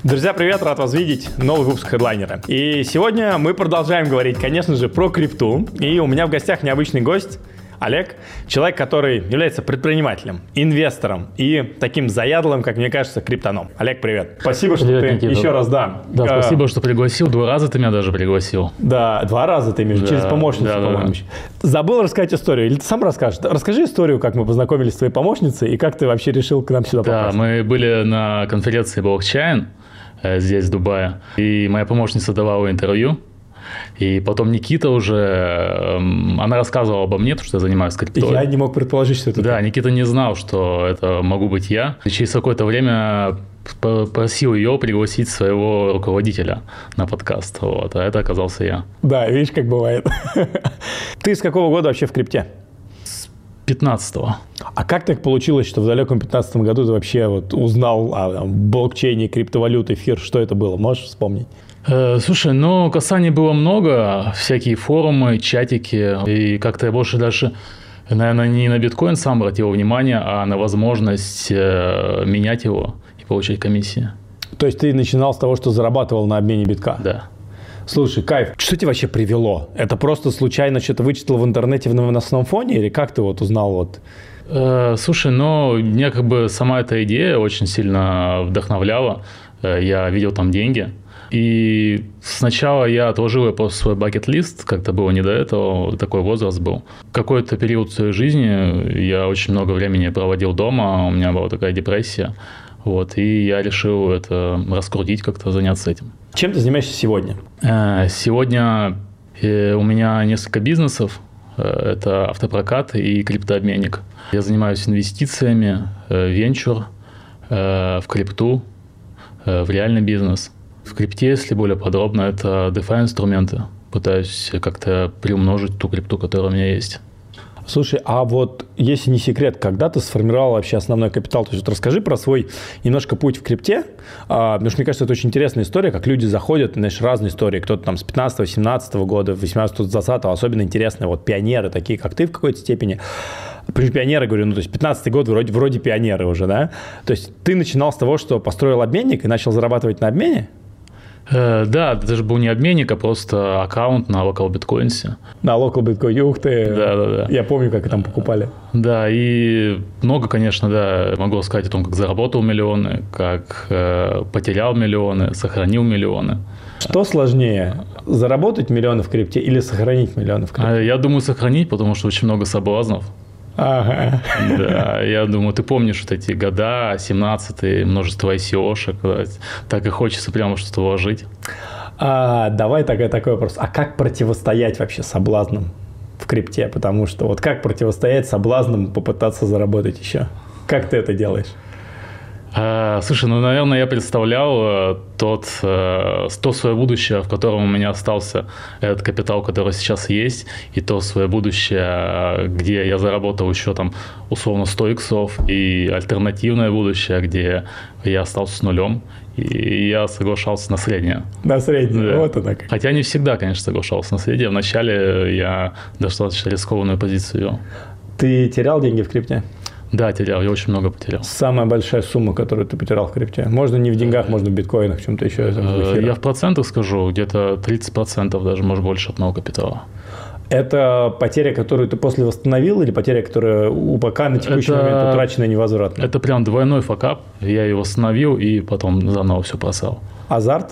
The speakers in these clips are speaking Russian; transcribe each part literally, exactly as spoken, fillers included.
Друзья, привет, рад вас видеть. Новый выпуск Хедлайнера. И сегодня мы продолжаем говорить, конечно же, про крипту. И у меня в гостях необычный гость Олег, человек, который является предпринимателем, инвестором и таким заядлым, как мне кажется, криптоном. Олег, привет. Спасибо, что Привет, ты Никита. еще раз, да. Да, а, спасибо, что пригласил. Два раза ты меня даже пригласил. Да, два раза ты имеешь, да, через помощницу, да, по-моему. Да. Забыл рассказать историю, или ты сам расскажешь? Расскажи историю, как мы познакомились с твоей помощницей и как ты вообще решил к нам сюда попасть. Да, мы были на конференции блокчейн здесь, в Дубае, и моя помощница давала интервью. И потом Никита уже, она рассказывала обо мне, что я занимаюсь криптой. Я не мог предположить, что это Да, ты. Никита не знал, что это могу быть я. И через какое-то время просил ее пригласить своего руководителя на подкаст. Вот, а это оказался я. Да, видишь, как бывает. Ты с какого года вообще в крипте? С пятнадцатого. А как так получилось, что в далеком пятнадцатом году ты вообще вот узнал о блокчейне, криптовалюте, эфир? Что это было? Можешь вспомнить? Слушай, ну, касаний было много, всякие форумы, чатики, и как-то я больше даже, наверное, не на биткоин сам обратил внимание, а на возможность менять его и получать комиссии. То есть ты начинал с того, что зарабатывал на обмене битка? Да. Слушай, кайф. Что тебя вообще привело? Это просто случайно что-то вычитал в интернете в новостном фоне, или как ты вот узнал вот? Слушай, ну, меня как бы сама эта идея очень сильно вдохновляла, я видел там деньги. И сначала я отложил просто свой бакет-лист, как-то было не до этого, такой возраст был. Какой-то период в своей жизни я очень много времени проводил дома, у меня была такая депрессия, вот, и я решил это раскрутить, как-то заняться этим. Чем ты занимаешься сегодня? Сегодня у меня несколько бизнесов, это автопрокат и криптообменник. Я занимаюсь инвестициями, венчур, в крипту, в реальный бизнес. В крипте, если более подробно, это DeFi инструменты. Пытаюсь как-то приумножить ту крипту, которая у меня есть. Слушай, а вот если не секрет, когда ты сформировал вообще основной капитал? То есть вот расскажи про свой немножко путь в крипте, а, потому что мне кажется, это очень интересная история, как люди заходят, знаешь, разные истории. Кто-то там с пятнадцатого, семнадцатого года, восемнадцатого, двадцатого, особенно интересные вот пионеры, такие как ты в какой-то степени. Причем пионеры, говорю, ну то есть пятнадцатый год вроде, вроде пионеры уже, да? То есть ты начинал с того, что построил обменник и начал зарабатывать на обмене? Да, это же был не обменник, а просто аккаунт на LocalBitcoins. На LocalBitcoin, ух ты. Да, да, да. Я помню, как там покупали. Да, и много, конечно, да, могу сказать о том, как заработал миллионы, как э, потерял миллионы, сохранил миллионы. Что сложнее, заработать миллионы в крипте или сохранить миллионы в крипте? Я думаю, сохранить, потому что очень много соблазнов. Ага. Да, я думаю, ты помнишь вот эти года, семнадцатые, множество ай си о-шек, так и хочется прямо что-то вложить. А, давай такой, такой вопрос. А как противостоять вообще соблазнам в крипте? Потому что вот как противостоять соблазнам попытаться заработать еще? Как ты это делаешь? А, слушай, ну, наверное, я представлял тот, то свое будущее, в котором у меня остался этот капитал, который сейчас есть, и то свое будущее, где я заработал еще там условно сто иксов, и альтернативное будущее, где я остался с нулем, и я соглашался на среднее. На среднее, да. Вот оно как. Хотя не всегда, конечно, соглашался на среднее. Вначале я достаточно рискованную позицию вел. Ты терял деньги в крипте? Да, терял, я очень много потерял. Самая большая сумма, которую ты потерял в крипте? Можно не в деньгах, можно в биткоинах, в чем-то еще. В я в процентах скажу, где-то тридцать процентов, даже, может, больше от моего капитала. Это потеря, которую ты после восстановил, или потеря, которая у пока на текущий это, момент утрачена невозвратно? Это прям двойной факап. Я его восстановил и потом заново все просал. Азарт?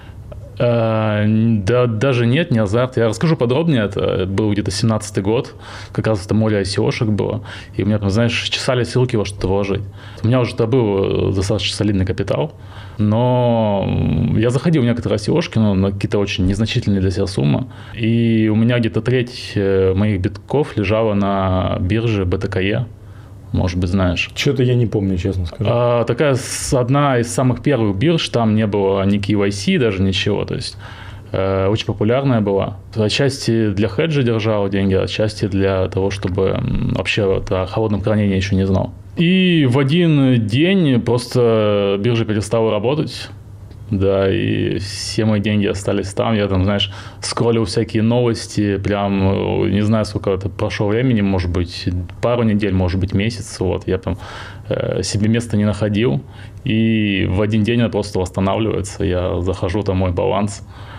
Да, даже нет, не азарт. Я расскажу подробнее. Это был где-то семнадцатый год. Как раз это море ай си о-шек было. И у меня, знаешь, чесались руки во что-то вложить. У меня уже был достаточно солидный капитал. Но я заходил в некоторые ай си о-шки, но на какие-то очень незначительные для себя суммы. И у меня где-то треть моих битков лежала на бирже би ти кей и. Может быть, знаешь. Что-то я не помню, честно скажу. А, такая одна из самых первых бирж, там не было ни кей вай си, даже ничего. То есть э, очень популярная была. Отчасти для хеджа держал деньги, отчасти для того, чтобы вообще вот, о холодном хранении еще не знал. И в один день просто биржа перестала работать. Да, и все мои деньги остались там. Я там, знаешь, скроллил всякие новости, прям не знаю, сколько это прошло времени, может быть, пару недель, может быть, месяц. Вот, я там э, себе места не находил, и в один день это просто восстанавливается. Я захожу, там мой баланс.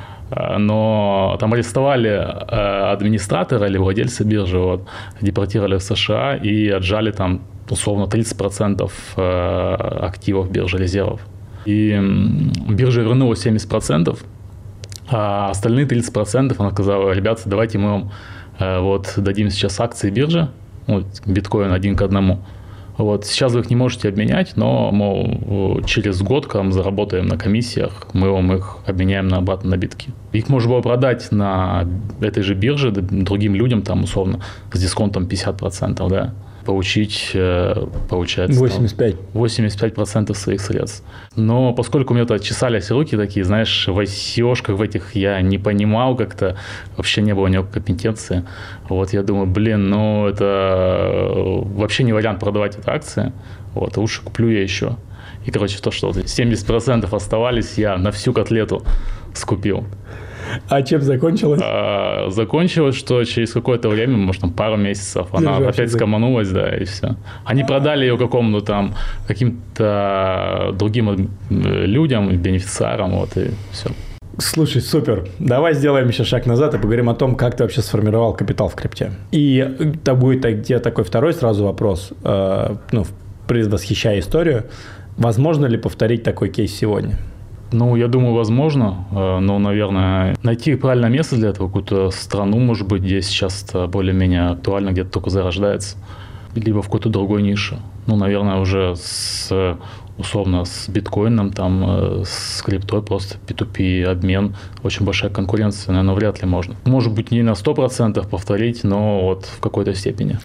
Но там арестовали э, администратора или владельца биржи, вот, депортировали в США и отжали там условно тридцать процентов э, активов биржи, резервов. И биржа вернула семьдесят процентов, а остальные тридцать процентов она сказала: ребята, давайте мы вам э, вот дадим сейчас акции биржи, вот, биткоин один к одному. Вот, сейчас вы их не можете обменять, но, мол, через год, когда мы заработаем на комиссиях, мы вам их обменяем на обратно на битки. Их можно было продать на этой же бирже другим людям, там, условно, с дисконтом пятьдесят процентов, да, получить, получается, восемьдесят пять. восемьдесят пять процентов своих средств. Но поскольку у меня тут чесались руки такие, знаешь, в ай си о-шках в этих я не понимал как-то, вообще не было никакой компетенции. Вот я думаю, блин, ну это вообще не вариант продавать эти акции. Вот, лучше куплю я еще. И, короче, то, что семьдесят процентов оставались, я на всю котлету скупил. А чем закончилось? А, закончилось, что через какое-то время, может, там пару месяцев, она Державший опять язык. скоманулась, да, и все. Они продали ее какому-то там, каким-то другим людям, бенефициарам, вот, и все. Слушай, супер. Давай сделаем еще шаг назад и поговорим о том, как ты вообще сформировал капитал в крипте. И это будет где такой второй сразу вопрос, э, ну, предвосхищая историю. Возможно ли повторить такой кейс сегодня? Ну, я думаю, возможно, но, наверное, найти правильное место для этого, какую-то страну, может быть, где сейчас это более-менее актуально, где-то только зарождается, либо в какой-то другой нише. Ну, наверное, уже с, условно, с биткоином, там, с криптой просто пи ту пи обмен, очень большая конкуренция, наверное, вряд ли можно. Может быть, не на сто процентов повторить, но вот в какой-то степени.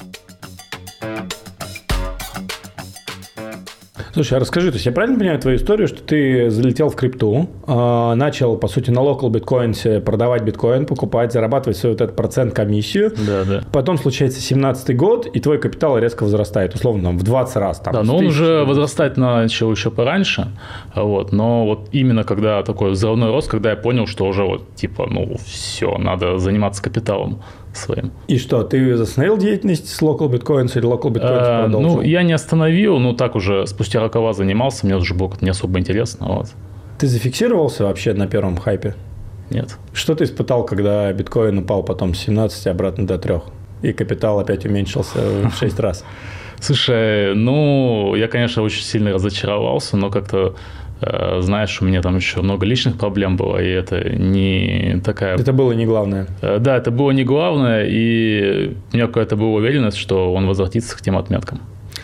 Слушай, а расскажи, то есть я правильно понимаю твою историю, что ты залетел в крипту, э, начал, по сути, на local биткоинсе продавать биткоин, покупать, зарабатывать свой вот этот процент комиссию. Да, да. Потом случается семнадцатый год, и твой капитал резко возрастает, условно, там, в двадцать раз. Там, да, но он уже возрастать начал еще пораньше, вот, но вот именно когда такой взрывной рост, когда я понял, что уже вот, типа, ну, все, надо заниматься капиталом своим. И что, ты остановил деятельность с local bitcoins или local bitcoins а, продолжил? Ну, я не остановил, ну, так уже спустя рукава занимался, мне уже было не особо интересно, вот. Ты зафиксировался вообще на первом хайпе? Нет. Что ты испытал, когда биткоин упал потом с семнадцати обратно до трёх, и капитал опять уменьшился в шесть раз? Слушай, ну, я, конечно, очень сильно разочаровался, но как-то, э, знаешь, у меня там еще много личных проблем было, и это не такая... Это было не главное. Э, да, это было не главное, и у меня какая-то была уверенность, что он возвратится к тем отметкам.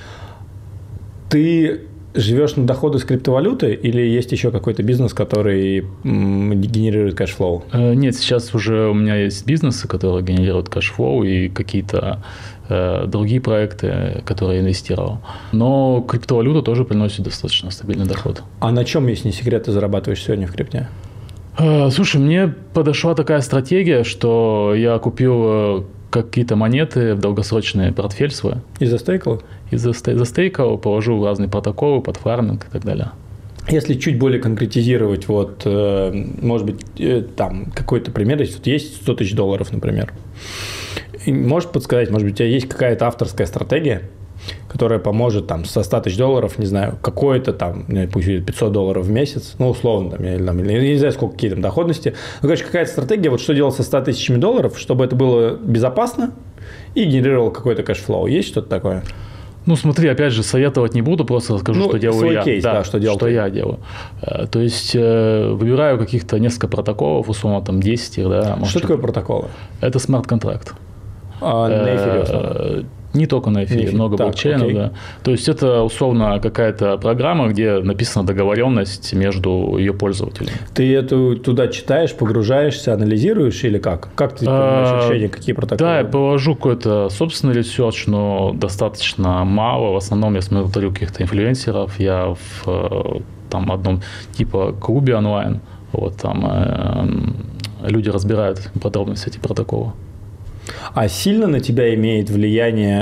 Ты живешь на доходы с криптовалюты или есть еще какой-то бизнес, который м, генерирует кэшфлоу? Э, нет, сейчас уже у меня есть бизнесы, которые генерируют кэшфлоу и какие-то э, другие проекты, которые я инвестировал. Но криптовалюта тоже приносит достаточно стабильный доход. А на чем, если не секрет, ты зарабатываешь сегодня в крипте? Э, слушай, мне подошла такая стратегия, что я купил э, какие-то монеты в долгосрочный портфель свой. И застейкал? И застейкал, положил в разные протоколы под фарминг и так далее. Если чуть более конкретизировать, вот, э, может быть, э, там какой-то пример, если вот есть сто тысяч долларов, например, и можешь подсказать, может быть, у тебя есть какая-то авторская стратегия, которая поможет там со ста тысяч долларов, не знаю, какое-то там, пусть будет пятьсот долларов в месяц, ну, условно, там, или, там, или не знаю, сколько, какие там доходности, ну, короче, какая-то стратегия, вот что делать со ста тысячами долларов, чтобы это было безопасно и генерировало какой-то кэшфлоу. Есть что-то такое? Ну, смотри, опять же, советовать не буду, просто расскажу, ну, что делаю свой я. Кейс, да, да, что, делал что я делаю. То есть, выбираю каких-то несколько протоколов, условно, там, десять их, да. Что такое протоколы? Это смарт-контракт. А на эфире? Не только на эфире, много так, блокчейнов, окей. Да. То есть, это, условно, какая-то программа, где написана договоренность между ее пользователями. Ты эту туда читаешь, погружаешься, анализируешь или как? Как ты принимаешь решение, какие протоколы? Да, я положу какой-то собственный ресерч, но достаточно мало. В основном я смотрю каких-то инфлюенсеров. Я в там, одном типа клубе онлайн. Вот там э, люди разбирают подробности эти протоколы. А сильно на тебя имеет влияние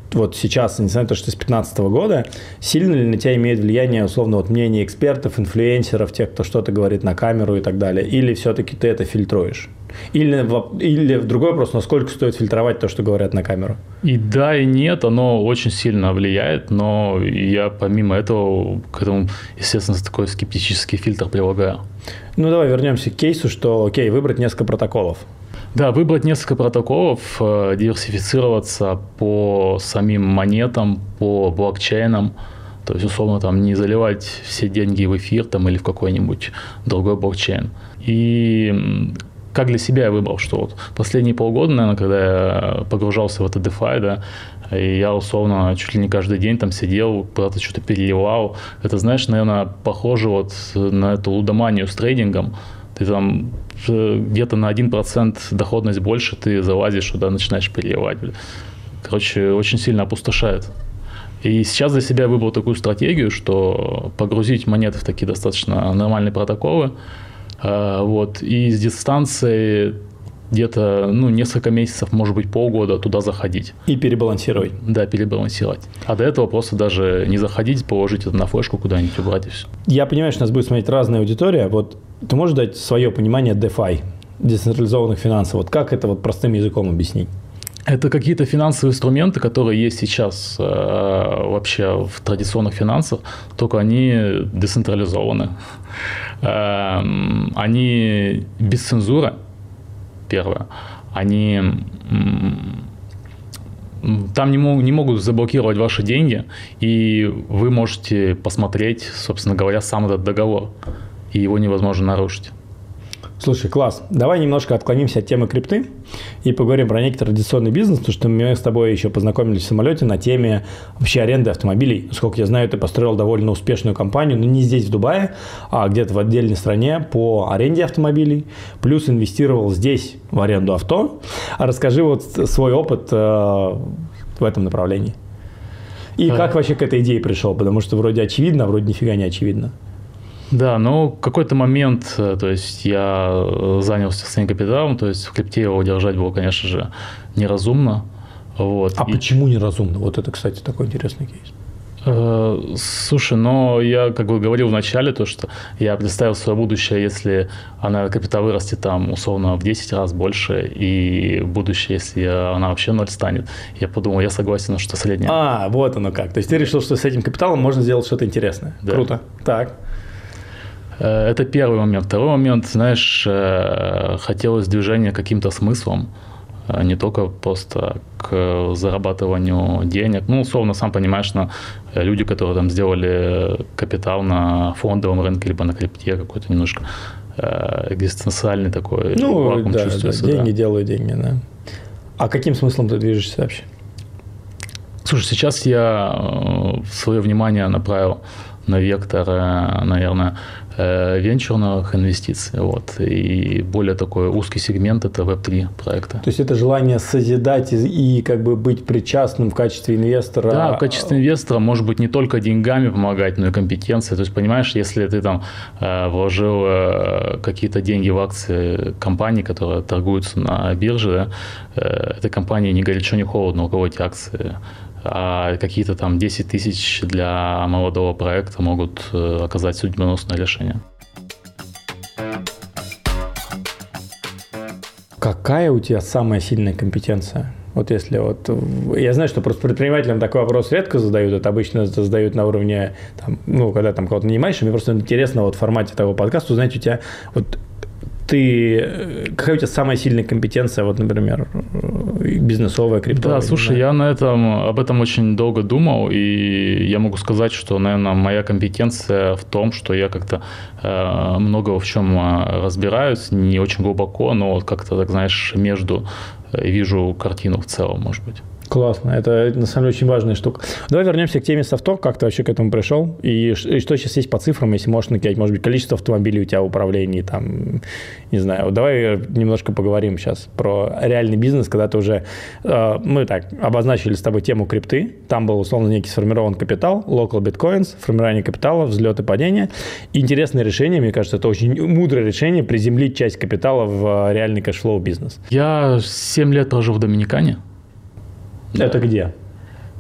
вот сейчас, несмотря на то, что с две тысячи пятнадцатого года, сильно ли на тебя имеет влияние, условно, вот мнение экспертов, инфлюенсеров, тех, кто что-то говорит на камеру и так далее? Или все-таки ты это фильтруешь? Или, или другой вопрос, насколько стоит фильтровать то, что говорят на камеру? И да, и нет, оно очень сильно влияет, но я помимо этого к этому, естественно, такой скептический фильтр прилагаю. Ну, давай вернемся к кейсу, что, окей, выбрать несколько протоколов. Да, выбрать несколько протоколов, диверсифицироваться по самим монетам, по блокчейнам, то есть, условно, там, не заливать все деньги в эфир там, или в какой-нибудь другой блокчейн. И как для себя я выбрал, что вот последние полгода, наверное, когда я погружался в это DeFi, да, и я, условно, чуть ли не каждый день там сидел, куда-то что-то переливал. Это, знаешь, наверное, похоже вот на эту лудоманию с трейдингом. Ты там где-то на один процент доходность больше, ты залазишь туда, начинаешь переливать. Короче, очень сильно опустошает. И сейчас для себя я выбрал такую стратегию, что погрузить монеты в такие достаточно нормальные протоколы, вот, и с дистанции где-то ну, несколько месяцев, может быть, полгода туда заходить. И перебалансировать. Да, перебалансировать. А до этого просто даже не заходить, положить это на флешку куда-нибудь, убрать и все. Я понимаю, что нас будет смотреть разная аудитория. Вот ты можешь дать свое понимание DeFi, децентрализованных финансов? Вот как это вот простым языком объяснить? Это какие-то финансовые инструменты, которые есть сейчас э, вообще в традиционных финансах, только они децентрализованы. Э, они без цензуры, первое. Они там не, мог, не могут заблокировать ваши деньги, и вы можете посмотреть, собственно говоря, сам этот договор, и его невозможно нарушить. Слушай, класс. Давай немножко отклонимся от темы крипты и поговорим про некий традиционный бизнес, потому что мы с тобой еще познакомились в самолете на теме вообще аренды автомобилей. Насколько я знаю, ты построил довольно успешную компанию, но не здесь, в Дубае, а где-то в отдельной стране по аренде автомобилей, плюс инвестировал здесь в аренду авто. А расскажи вот свой опыт э, в этом направлении. И как вообще к этой идее пришел, потому что вроде очевидно, а вроде нифига не очевидно. Да, но в какой-то момент, то есть я занялся своим капиталом, то есть в крипте его удержать было, конечно же, неразумно. Вот. А И... почему неразумно? Вот это, кстати, такой интересный кейс. Слушай, но я как бы говорил в начале, то, что я представил свое будущее, если она капитал вырастет там условно в десять раз больше, и будущее, если она вообще ноль станет. Я подумал, я согласен, что средняя. А, вот оно как. То есть ты решил, что с этим капиталом можно сделать что-то интересное. Да. Круто. Так. Это первый момент. Второй момент, знаешь, хотелось движения каким-то смыслом, не только просто к зарабатыванию денег. Ну, условно, сам понимаешь, на люди, которые там сделали капитал на фондовом рынке, либо на крипте, какой-то немножко экзистенциальный такой ну, вакуум да, чувствуется. Да, деньги да. делают деньги, да. А каким смыслом ты движешься вообще? Слушай, сейчас я свое внимание направил на вектор, наверное, венчурных инвестиций. Вот. И более такой узкий сегмент – это веб три проекты. То есть это желание созидать и, и как бы быть причастным в качестве инвестора? Да, в качестве инвестора, может быть, не только деньгами помогать, но и компетенцией. То есть, понимаешь, если ты там вложил какие-то деньги в акции компании, которые торгуются на бирже, да, этой компании ни горячо, ни холодно, у кого эти акции. А какие-то там десять тысяч для молодого проекта могут оказать судьбоносное решение. Какая у тебя самая сильная компетенция? Вот если вот... Я знаю, что просто предпринимателям такой вопрос редко задают, это обычно это задают на уровне, там, ну, когда там кого-то нанимаешь, и мне просто интересно вот в формате того подкаста узнать у тебя... Вот, ты, какая у тебя самая сильная компетенция, вот, например, бизнесовая, криптовая? Да, слушай, я на этом, об этом очень долго думал, и я могу сказать, что, наверное, моя компетенция в том, что я как-то э, много в чем разбираюсь, не очень глубоко, но вот как-то, так знаешь, между вижу картину в целом, может быть. Классно, это на самом деле очень важная штука. Давай вернемся к теме софтов, как ты вообще к этому пришел, и, и что сейчас есть по цифрам, если можешь накидать, может быть, количество автомобилей у тебя в управлении, там, не знаю, давай немножко поговорим сейчас про реальный бизнес, когда ты уже, э, мы так обозначили с тобой тему крипты, там был условно некий сформирован капитал, local bitcoins, формирование капитала, взлет и падение, интересное решение, мне кажется, это очень мудрое решение, приземлить часть капитала в реальный кэшфлоу бизнес. Я семь лет прожил в Доминикане. Это да. где?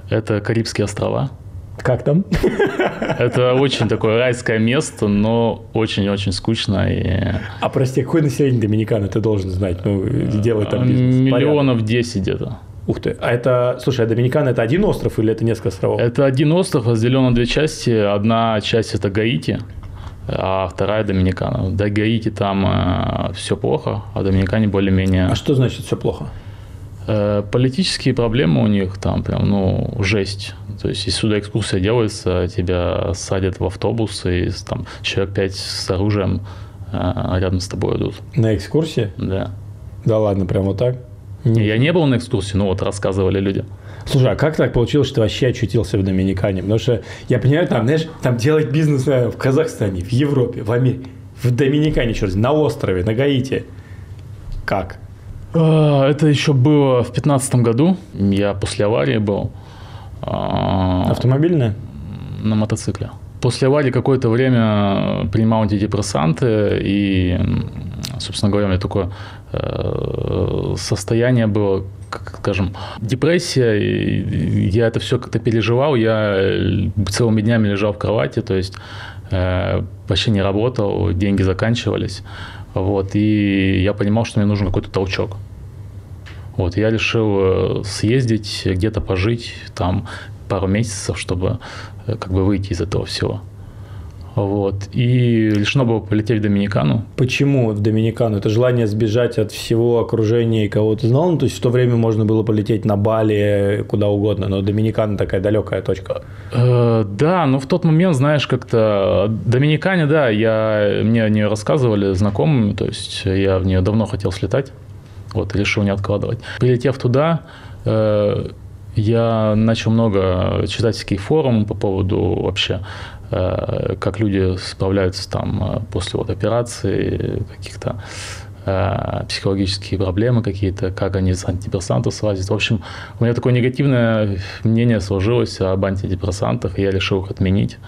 Это Карибские острова. Как там? Это очень такое райское место, но очень-очень скучно. И... А прости, какое население Доминиканы ты должен знать? Ну, делать там бизнес. Миллионов десять где-то. Ух ты. А это, слушай, а Доминикана это один остров или это несколько островов? Это один остров, разделен на две части. Одна часть это Гаити, а вторая Доминикана. До Гаити там э, все плохо, а в Доминикане более-менее... А что значит все плохо? Э, политические проблемы у них там прям, ну, жесть. То есть, если сюда экскурсия делается, тебя садят в автобус, и там человек пять с оружием э, рядом с тобой идут. На экскурсии? Да. Да ладно, прям вот так? Я не был на экскурсии, но вот рассказывали люди. Слушай, а как так получилось, что ты вообще очутился в Доминикане? Потому что я понимаю, там, знаешь, там делать бизнес наверное, в Казахстане, в Европе, в Америке, в Доминикане, черт, на острове, на Гаити. Как? Это еще было в пятнадцатом году. Я после аварии был. Автомобильная? На мотоцикле. После аварии какое-то время принимал антидепрессанты, и, собственно говоря, у меня такое состояние было, как скажем, депрессия. И я это все как-то переживал. Я целыми днями лежал в кровати, то есть вообще не работал, деньги заканчивались. Вот, и я понимал, что мне нужен какой-то толчок. Вот, я решил съездить, где-то пожить там пару месяцев, чтобы как бы выйти из этого всего. Вот, и решено было полететь в Доминикану. Почему в Доминикану? Это желание сбежать от всего окружения и кого-то знал? Ну, то есть в то время можно было полететь на Бали, куда угодно, но Доминикана такая далекая точка. Э, да, но в тот момент, знаешь, как-то Доминикане, да, я, мне о нее рассказывали знакомыми, то есть я в нее давно хотел слетать, вот, решил не откладывать. Прилетев туда, э, я начал много читать всякие форумы по поводу вообще, э, как люди справляются там после вот операции, каких-то э, психологические проблемы какие-то, как они с антидепрессантов слазят. В общем, у меня такое негативное мнение сложилось об антидепрессантах, и я решил их отменить.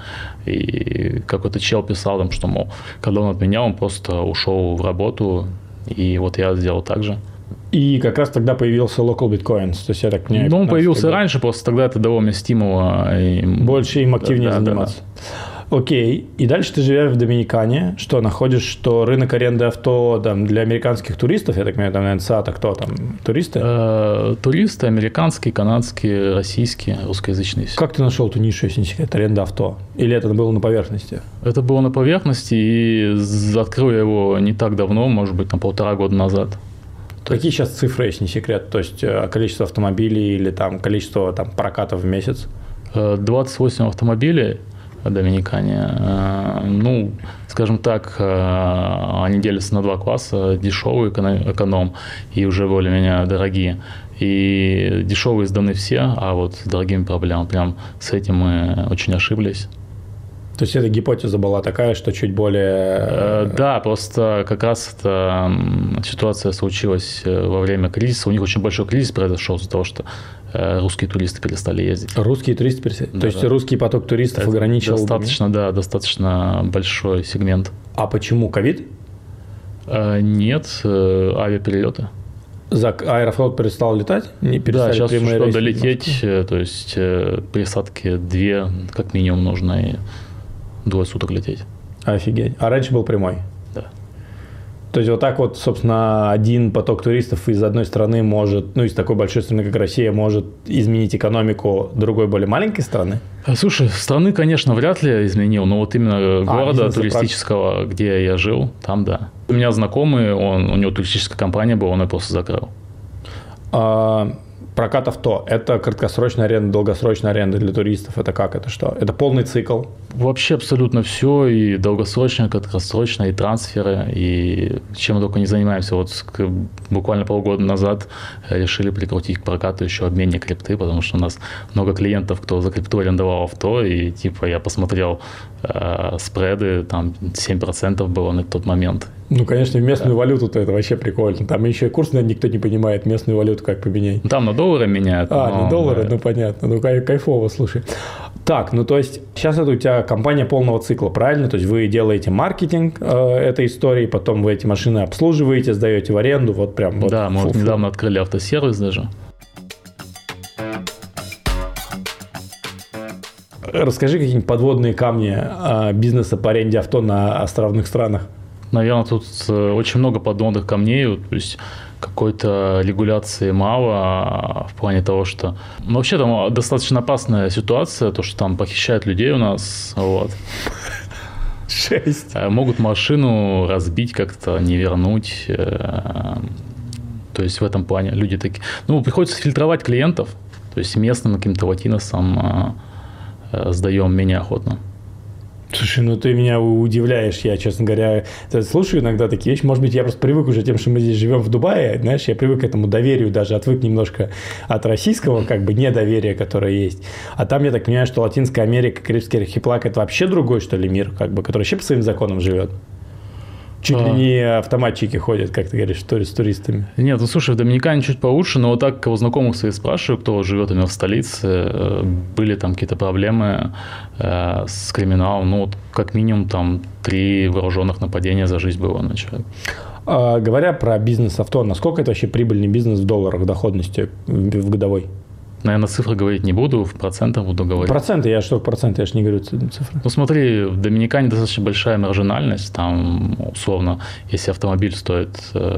И какой-то чел писал им, что, мол, когда он отменял, он просто ушел в работу, и вот я сделал так же. И как раз тогда появился Local Bitcoins, то есть я так понимаю... Ну, он появился тогда. Раньше, просто тогда это дало мне стимула. И... Больше им активнее да, заниматься. Да, да. Окей. И дальше ты живешь в Доминикане, что находишь, что рынок аренды авто там, для американских туристов, я так понимаю, там, наверное, САТа, кто там, туристы? Э-э, туристы американские, канадские, российские, русскоязычные. Как ты нашел эту нишу, если не секрет, аренда авто? Или это было на поверхности? Это было на поверхности, и открыл я его не так давно, может быть, там полтора года назад. Какие сейчас цифры, если не секрет? То есть количество автомобилей или там количество там, прокатов в месяц? двадцать восемь автомобилей в Доминикане. Ну, скажем так, они делятся на два класса. Дешевый, эконом и уже более-менее дорогие. И дешевые сданы все, а вот с дорогими проблемами. Прям с этим мы очень ошиблись. То есть эта гипотеза была такая, что чуть более... Да, просто как раз эта ситуация случилась во время кризиса. У них очень большой кризис произошел из-за того, что русские туристы перестали ездить. Русские туристы перестали? Да, То есть да. русский поток туристов Это ограничил... Достаточно, да, достаточно большой сегмент. А почему? Ковид? Нет, авиаперелеты. За Аэрофлот перестал летать? Не да, сейчас, чтобы рейсы долететь, то есть пересадки две как минимум нужно, и двое суток лететь. Офигеть. А раньше был прямой? Да. То есть вот так вот, собственно, один поток туристов из одной страны может, ну, из такой большой страны, как Россия, может изменить экономику другой, более маленькой страны? Слушай, страны, конечно, вряд ли изменил, но вот именно города а, туристического, прав... где я жил, там да. У меня знакомый, он, у него туристическая компания была, он ее просто закрыл. А, прокат авто – это краткосрочная аренда, долгосрочная аренда для туристов? Это как? Это что? Это полный цикл? Вообще абсолютно все, и долгосрочное, краткосрочное, и трансферы, и чем мы только не занимаемся. Вот буквально полгода назад решили прикрутить к прокату еще обменник крипты, потому что у нас много клиентов, кто за крипту арендовал авто, и типа я посмотрел э, спреды, там семь процентов было на тот момент. Ну, конечно, в местную да. валюту-то это вообще прикольно. Там еще и курс, наверное, никто не понимает, местную валюту как поменять. Там на доллары меняют. А, но, на доллары, да. ну понятно. Ну, кай- кайфово, слушай. Так, ну то есть сейчас это у тебя компания полного цикла, правильно? То есть вы делаете маркетинг э, этой истории, потом вы эти машины обслуживаете, сдаете в аренду, вот прям. Вот, да, мы фу-фу. вот недавно открыли автосервис даже. Расскажи какие-нибудь подводные камни бизнеса по аренде авто на островных странах. Наверное, тут очень много подводных камней, то есть какой-то регуляции мало в плане того, что... Ну, вообще там достаточно опасная ситуация, то, что там похищают людей у нас, вот. Шесть. Могут машину разбить как-то, не вернуть. То есть в этом плане люди такие... Ну, приходится фильтровать клиентов, то есть местным каким-то латиносам сдаем менее охотно. Слушай, ну ты меня удивляешь, я, честно говоря, слушаю иногда такие вещи, может быть, я просто привык уже тем, что мы здесь живем в Дубае, знаешь, я привык к этому доверию, даже отвык немножко от российского, как бы, недоверия, которое есть, а там, я так понимаю, что Латинская Америка, Карибский архипелаг – это вообще другой, что ли, мир, как бы, который вообще по своим законам живет? Чуть а... ли не автоматчики ходят, как ты говоришь, с туристами. Нет, ну слушай, в Доминикане чуть получше, но вот так у знакомых своих спрашиваю, кто живет именно в столице, были там какие-то проблемы э, с криминалом, ну вот как минимум там три вооруженных нападения за жизнь было на человека. А, говоря про бизнес авто, насколько это вообще прибыльный бизнес в долларах доходности в, в годовой? Наверное, цифры говорить не буду, в процентах буду говорить. Проценты? Я что в проценты? Я же не говорю цифры. Ну смотри, в Доминикане достаточно большая маржинальность. Там, условно, если автомобиль стоит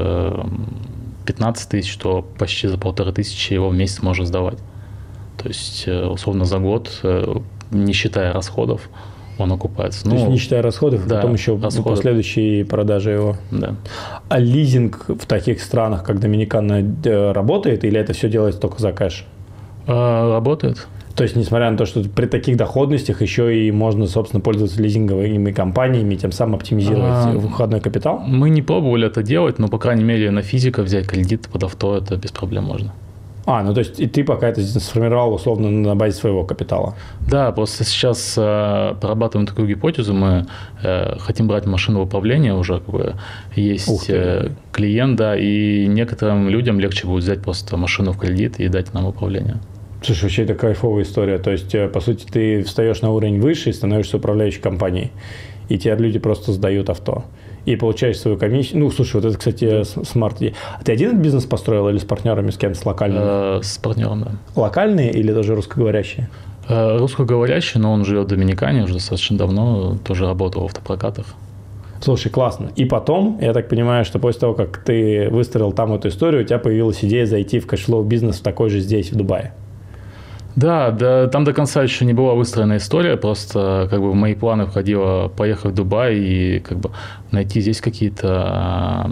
пятнадцать тысяч, то почти за полторы тысячи его в месяц можно сдавать. То есть, условно, за год, не считая расходов, он окупается. То ну, есть не считая расходов, да, потом еще расходы. Последующие продажи его. Да. А лизинг в таких странах, как Доминикана, работает или это все делается только за кэш? Работает. То есть, несмотря на то, что при таких доходностях еще и можно, собственно, пользоваться лизинговыми компаниями, тем самым оптимизировать а, входной капитал? Мы не пробовали это делать, но, по крайней мере, на физика взять кредит под авто, это без проблем можно. А, ну то есть и ты пока это сформировал условно на базе своего капитала? Да, просто сейчас э, прорабатываем такую гипотезу, мы э, хотим брать машину в управление, уже как бы есть э, клиент, да, и некоторым людям легче будет взять просто машину в кредит и дать нам управление. Слушай, вообще это кайфовая история, то есть, по сути, ты встаешь на уровень выше и становишься управляющей компанией, и тебе люди просто сдают авто. И получаешь свою комиссию. Ну, слушай, вот это, кстати, смарт. А ты один этот бизнес построил или с партнерами, с кем-то, с локальными? С партнером, да. Локальные или даже русскоговорящие? Русскоговорящий, но он живет в Доминикане уже достаточно давно, тоже работал в автопрокатах. Слушай, классно. И потом, я так понимаю, что после того, как ты выстроил там эту историю, у тебя появилась идея зайти в кэшфлоу бизнес такой же здесь, в Дубае. Да, да, там до конца еще не была выстроена история, просто как бы в мои планы входило поехать в Дубай и как бы найти здесь какие-то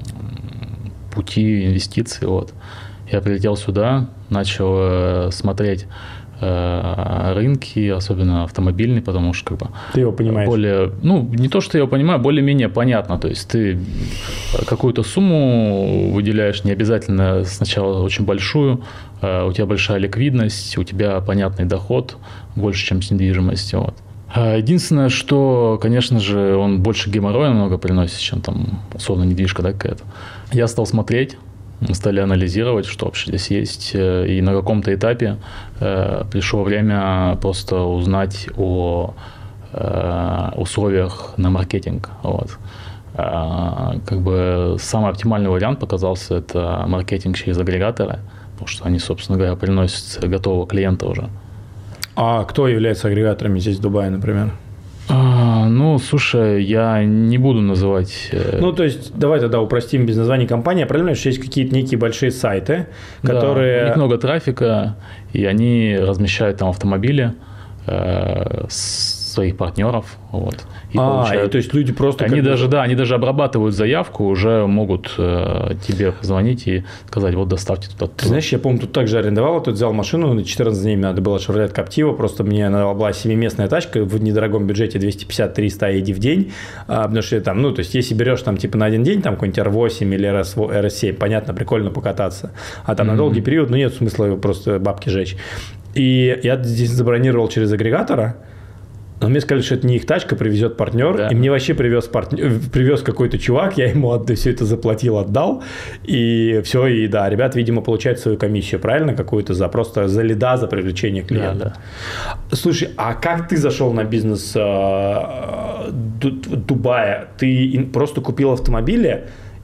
пути инвестиций. Вот. Я прилетел сюда, начал смотреть рынки, особенно автомобильный, потому что как бы ты его понимаешь. Более, ну, не то, что я его понимаю, более-менее понятно. То есть ты какую-то сумму выделяешь, не обязательно сначала очень большую, у тебя большая ликвидность, у тебя понятный доход, больше, чем с недвижимостью. Вот. Единственное, что, конечно же, он больше геморроя много приносит, чем там условно недвижка, да, какая-то. Я стал смотреть, мы стали анализировать, что вообще здесь есть, и на каком-то этапе э, пришло время просто узнать о э, условиях на маркетинг. Вот. Э, как бы самый оптимальный вариант показался это маркетинг через агрегаторы, потому что они, собственно говоря, приносят готового клиента уже. А кто является агрегаторами здесь в Дубае, например? А, ну, слушай, я не буду называть... Ну, то есть, давай тогда упростим без названия компании. Я правильно, что есть какие-то некие большие сайты, которые... Да, у них много трафика, и они размещают там автомобили э, своих партнеров. Вот, и а, получают... и, то есть люди просто... Они даже, да, они даже обрабатывают заявку, уже могут э, тебе позвонить и сказать, вот доставьте туда. Ты знаешь, я помню, тут также арендовал, тут взял машину, на четырнадцать дней мне надо было Chevrolet Captiva, просто мне надо была семиместная тачка в недорогом бюджете двести пятьдесят - триста эй ди в день, а, потому что там, ну, то есть если берешь там типа на один день, там какой-нибудь эр восемь или эр эс семь, понятно, прикольно покататься, а там mm-hmm. на долгий период, ну, нет смысла просто бабки жечь. И я здесь забронировал через агрегатора. Но мне сказали, что это не их тачка, привезет партнер. Да. И мне вообще привез, партнер, привез какой-то чувак, я ему отда, все это заплатил, отдал. И все, и да, ребята, видимо, получают свою комиссию, правильно? Какую-то за просто за лида, за привлечение клиента. Да, да. Слушай, а как ты зашел на бизнес э, Дубая? Ты просто купил автомобили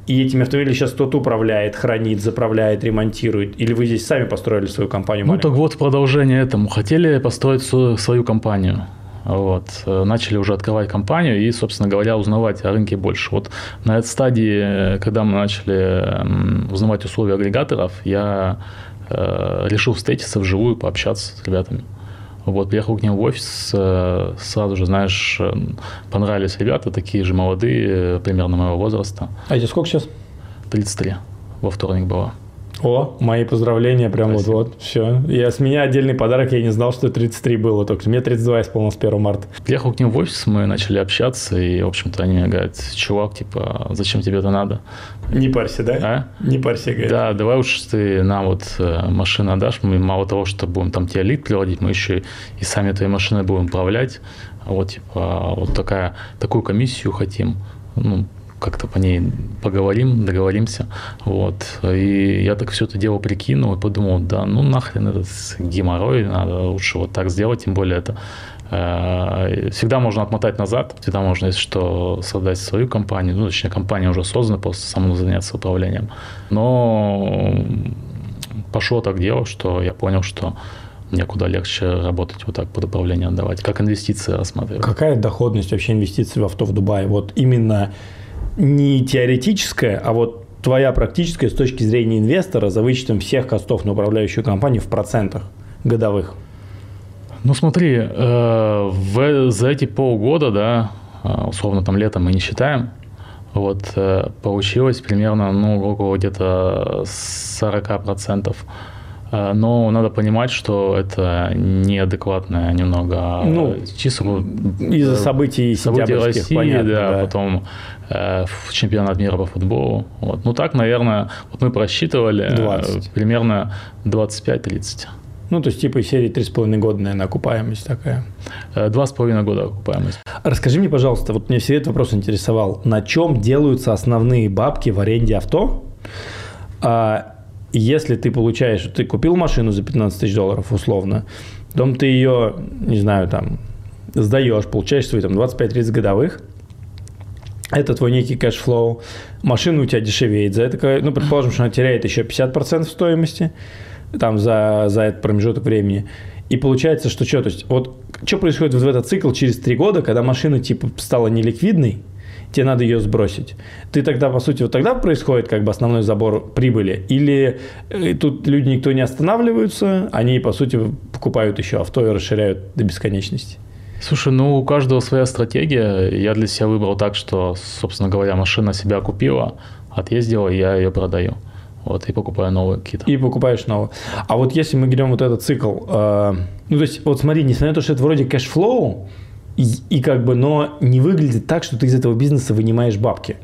И этими автомобилями сейчас кто-то управляет, хранит, заправляет, ремонтирует? Или вы здесь сами построили свою компанию? Ну, маленькую? так вот, продолжение этому. Хотели построить свою, свою компанию. Вот. Начали уже открывать компанию и, собственно говоря, узнавать о рынке больше. Вот на этой стадии, когда мы начали узнавать условия агрегаторов, я э, решил встретиться вживую, пообщаться с ребятами. Вот, приехал к ним в офис, сразу же, знаешь, понравились ребята, такие же молодые, примерно моего возраста. А тебе сколько сейчас? тридцать три во вторник было. О, мои поздравления, прям вот-вот, все. Я, с меня отдельный подарок, я не знал, что тридцать три было, только мне тридцать два исполнилось первого марта. Приехал к ним в офис, мы начали общаться, и, в общем-то, они мне говорят: чувак, типа, зачем тебе это надо? Не парься, да? А? Не парься, говорит. Да, давай уж ты нам вот машину отдашь, мы мало того, что будем там тебе лид приводить, мы еще и сами твоей машиной будем управлять. Вот, типа, вот такая, такую комиссию хотим, ну, как-то по ней поговорим, договоримся, вот, и я так все это дело прикинул и подумал, да, ну нахрен этот геморрой, надо лучше вот так сделать, тем более это э, всегда можно отмотать назад, всегда можно, если что, создать свою компанию, ну, точнее, компания уже создана, просто самому заняться управлением, но пошло так дело, что я понял, что мне куда легче работать вот так, под управление отдавать, как инвестиции рассматривать. Какая доходность вообще инвестиций в авто в Дубае? Вот именно не теоретическая, а вот твоя практическая с точки зрения инвестора за вычетом всех костов на управляющую компанию в процентах годовых. Ну смотри, э, в, за эти полгода, да, условно там летом мы не считаем, вот э, получилось примерно, ну, около где-то сорок процентов. Но надо понимать, что это неадекватное немного ну, число. Из-за событий сентябрьских, России, понятно, да, да. Потом э, чемпионат мира по футболу. Вот. Ну так, наверное, вот мы просчитывали двадцать. Примерно двадцать пять тридцать. Ну, то есть типа из серии три с половиной года, наверное, окупаемость такая. Два с половиной года окупаемость. Расскажи мне, пожалуйста, вот мне всегда этот вопрос интересовал. На чем делаются основные бабки в аренде авто? А если ты получаешь, ты купил машину за пятнадцать тысяч долларов условно, потом ты ее, не знаю, там, сдаешь, получаешь свои там двадцать пять тридцать годовых, это твой некий кэшфлоу, машина у тебя дешевеет, за это, ну, предположим, что она теряет еще пятьдесят процентов стоимости там, за, за этот промежуток времени, и получается, что что, то есть, вот что происходит в этот цикл через три года, когда машина типа стала неликвидной, тебе надо ее сбросить. Ты тогда, по сути, вот тогда происходит как бы основной забор прибыли? Или тут люди никто не останавливаются, они, по сути, покупают еще авто и расширяют до бесконечности? Слушай, ну у каждого своя стратегия. Я для себя выбрал так, что, собственно говоря, машина себя купила, отъездила, я ее продаю. Вот, и покупаю новые какие-то. И покупаешь новые. А вот если мы берем вот этот цикл, э, ну, то есть, вот смотри, несмотря на то, что это вроде кэшфлоу, И, и как бы, но не выглядит так, что ты из этого бизнеса вынимаешь бабки.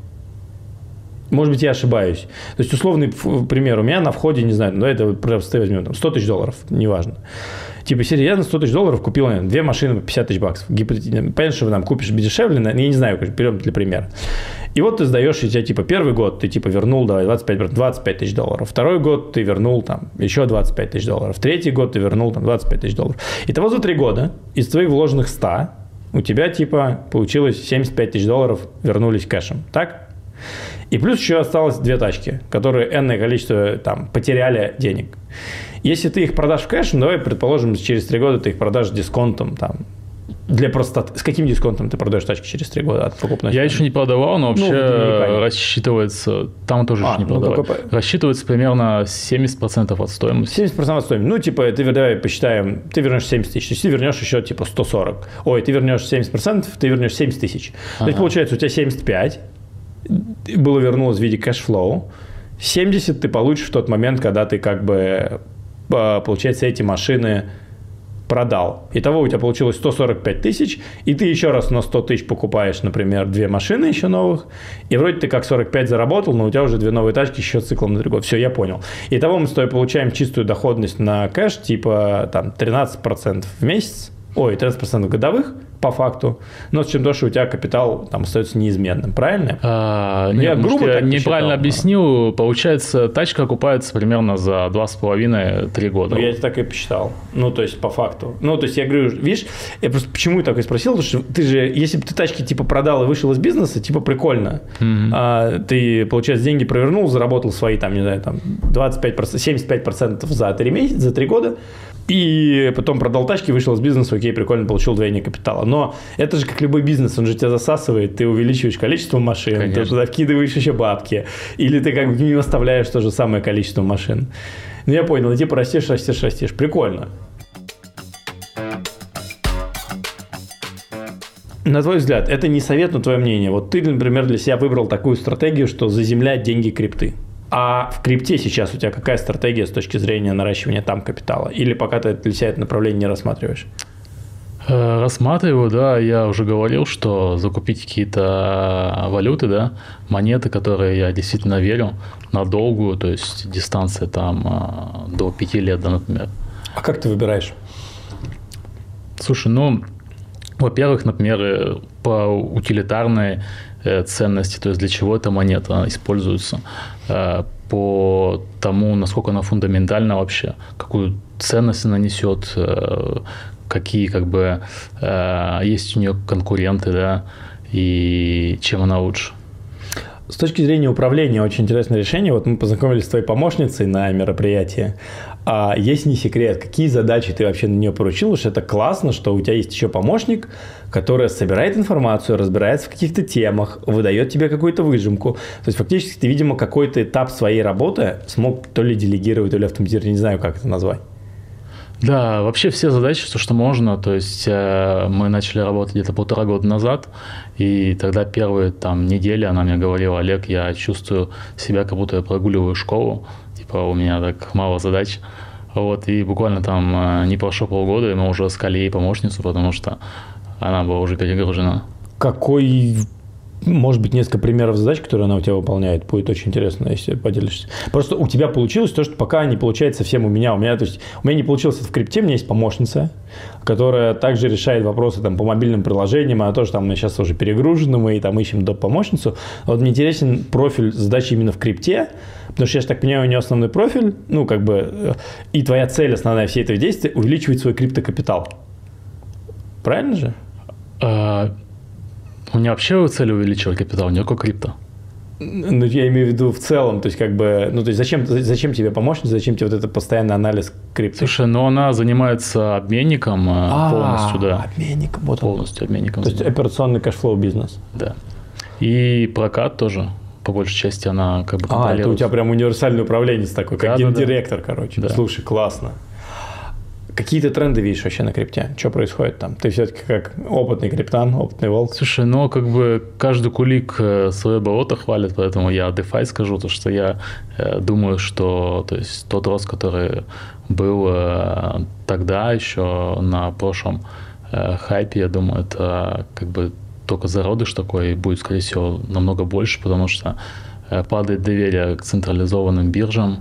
Может быть, я ошибаюсь. То есть, условный пример. У меня на входе, не знаю, ну, это просто возьмем там, сто тысяч долларов, неважно. Типа, серия, я на сто тысяч долларов купил наверное, две машины по пятьдесят тысяч баксов. Понятно, что вы там купишь дешевле, я не знаю, берем для примера. И вот ты сдаешь, и тебя типа первый год ты типа вернул, давай, двадцать пять, двадцать пять тысяч долларов. Второй год ты вернул там еще двадцать пять тысяч долларов. Третий год ты вернул там двадцать пять тысяч долларов. Итого за три года из твоих вложенных ста у тебя типа получилось семьдесят пять тысяч долларов вернулись кэшем, так? И плюс еще осталось две тачки, которые энное количество там потеряли денег. Если ты их продашь в кэш, ну, давай предположим, через три года ты их продашь с дисконтом там. Для простоты. С каким дисконтом ты продаешь тачки через три года от покупной? Я еще не продавал, но вообще ну, рассчитывается, там тоже а, еще не ну, продавал. Какой... Рассчитывается примерно семьдесят процентов от стоимости. семьдесят процентов от стоимости. Ну, типа, ты давай посчитаем, ты вернешь семьдесят тысяч, то есть ты вернешь еще типа сто сорок. Ой, ты вернешь семьдесят процентов, ты вернешь семьдесят тысяч. Ага. То есть, получается, у тебя семьдесят пять было вернулось в виде кэшфлоу. семьдесят ты получишь в тот момент, когда ты как бы, получается, эти машины продал. Итого у тебя получилось сто сорок пять тысяч, и ты еще раз на сто тысяч покупаешь, например, две машины еще новых, и вроде ты как сорок пять заработал, но у тебя уже две новые тачки еще циклом на другой. Все, я понял. Итого мы с тобой получаем чистую доходность на кэш, типа там тринадцать процентов в месяц, ой, тринадцать процентов годовых по факту, но с чем то, что у тебя капитал там остается неизменным, правильно? А, нет, грубо я неправильно объяснил. Получается, тачка окупается примерно за два с половиной-три года. Ну, я так и посчитал. Ну, то есть, по факту. Ну, то есть, я говорю, видишь, я просто почему так и спросил, потому что ты же, если бы ты тачки типа продал и вышел из бизнеса, типа прикольно. Mm-hmm. А, ты, получается, деньги провернул, заработал свои, там, не знаю, там, двадцать пять процентов, семьдесят пять процентов за три месяца, за три года. И потом продал тачки, вышел из бизнеса, окей, прикольно, получил удвоение капитала. Но это же как любой бизнес, он же тебя засасывает, ты увеличиваешь количество машин, Конечно. Ты туда вкидываешь еще бабки, или ты как бы не оставляешь то же самое количество машин. Ну, я понял, и типа растешь, растешь, растешь. Прикольно. На твой взгляд, это не совет, но твое мнение. Вот ты, например, для себя выбрал такую стратегию, что заземлять деньги крипты. А в крипте сейчас у тебя какая стратегия с точки зрения наращивания там капитала? Или пока ты для себя это направление не рассматриваешь? Рассматриваю, да. Я уже говорил, что закупить какие-то валюты, да, монеты, которые я действительно верю, на долгую, то есть дистанция там до пяти лет, да, например. А как ты выбираешь? Слушай, ну, во-первых, например, по утилитарной ценности, то есть для чего эта монета используется, по тому, насколько она фундаментальна вообще, какую ценность она несет, какие как бы есть у нее конкуренты, да, и чем она лучше. С точки зрения управления очень интересное решение. Вот мы познакомились с твоей помощницей на мероприятии. А есть не секрет, какие задачи ты вообще на нее поручил, потому что это классно, что у тебя есть еще помощник, который собирает информацию, разбирается в каких-то темах, выдает тебе какую-то выжимку. То есть фактически ты, видимо, какой-то этап своей работы смог то ли делегировать, то ли автоматизировать, не знаю, как это назвать. Да, вообще все задачи, то, что можно, то есть э, мы начали работать где-то полтора года назад, и тогда первые там недели она мне говорила: Олег, я чувствую себя, как будто я прогуливаю школу, типа у меня так мало задач, вот, и буквально там э, не прошло полгода, и мы уже искали ей помощницу, потому что она была уже перегружена. Какой... Может быть, несколько примеров задач, которые она у тебя выполняет. Будет очень интересно, если поделишься. Просто у тебя получилось то, что пока не получается совсем у меня. У меня, то есть, у меня не получилось это в крипте, у меня есть помощница, которая также решает вопросы там, по мобильным приложениям. Она тоже там сейчас уже перегружена, мы там ищем доп. Помощницу. Вот мне интересен профиль задачи именно в крипте, потому что я же так понимаю, у нее основной профиль, ну, как бы, и твоя цель основная всей этого действия – увеличивать свой криптокапитал. Правильно же? А... У меня вообще цель увеличивать капитал, не только крипто. Ну, я имею в виду в целом, то есть, как бы, ну, то есть, зачем, зачем тебе помощница, зачем тебе вот это постоянный анализ крипты? Слушай, ну, она занимается обменником а, полностью, да. Обменником, вот полностью обменником. То есть, операционный кэшфлоу бизнес. Да. И прокат тоже, по большей части, она как бы контролирует. А, это у тебя прям универсальный управленец такой, как да, гендиректор, да, короче. Да. Слушай, классно. Какие-то тренды видишь вообще на крипте? Что происходит там? Ты все-таки как опытный криптан, опытный волк. Слушай, ну как бы каждый кулик свое болото хвалит, поэтому я DeFi скажу, то что я э, думаю, что то есть, тот рост, который был э, тогда еще на прошлом э, хайпе, я думаю, это как бы только зародыш такой, и будет, скорее всего, намного больше, потому что э, падает доверие к централизованным биржам,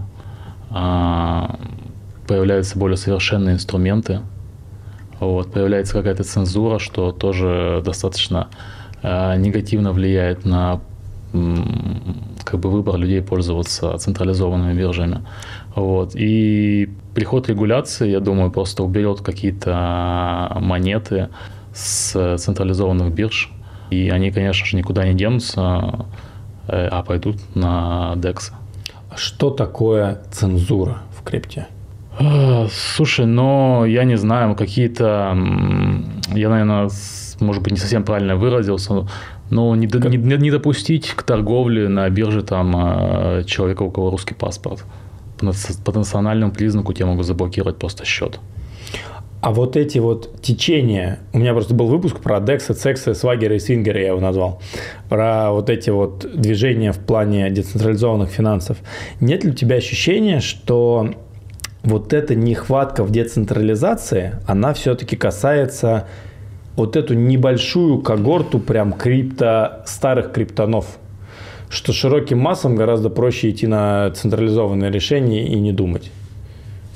э, появляются более совершенные инструменты, вот, появляется какая-то цензура, что тоже достаточно э, негативно влияет на м, как бы выбор людей пользоваться централизованными биржами. Вот. И приход регуляции, я думаю, просто уберет какие-то монеты с централизованных бирж, и они, конечно же, никуда не денутся, э, а пойдут на дексы. Что такое цензура в крипте? Слушай, но я не знаю, какие-то, я, наверное, может быть, не совсем правильно выразился, но не, не, не допустить к торговле на бирже там человека, у кого русский паспорт. По, по национальному признаку тебе могут заблокировать просто счет. А вот эти вот течения, у меня просто был выпуск про дексы, цексы, свагеры и свингеры, я его назвал, про вот эти вот движения в плане децентрализованных финансов. Нет ли у тебя ощущения, что вот эта нехватка в децентрализации, она все-таки касается вот эту небольшую когорту прям крипто, старых криптонов, что широким массам гораздо проще идти на централизованные решения и не думать?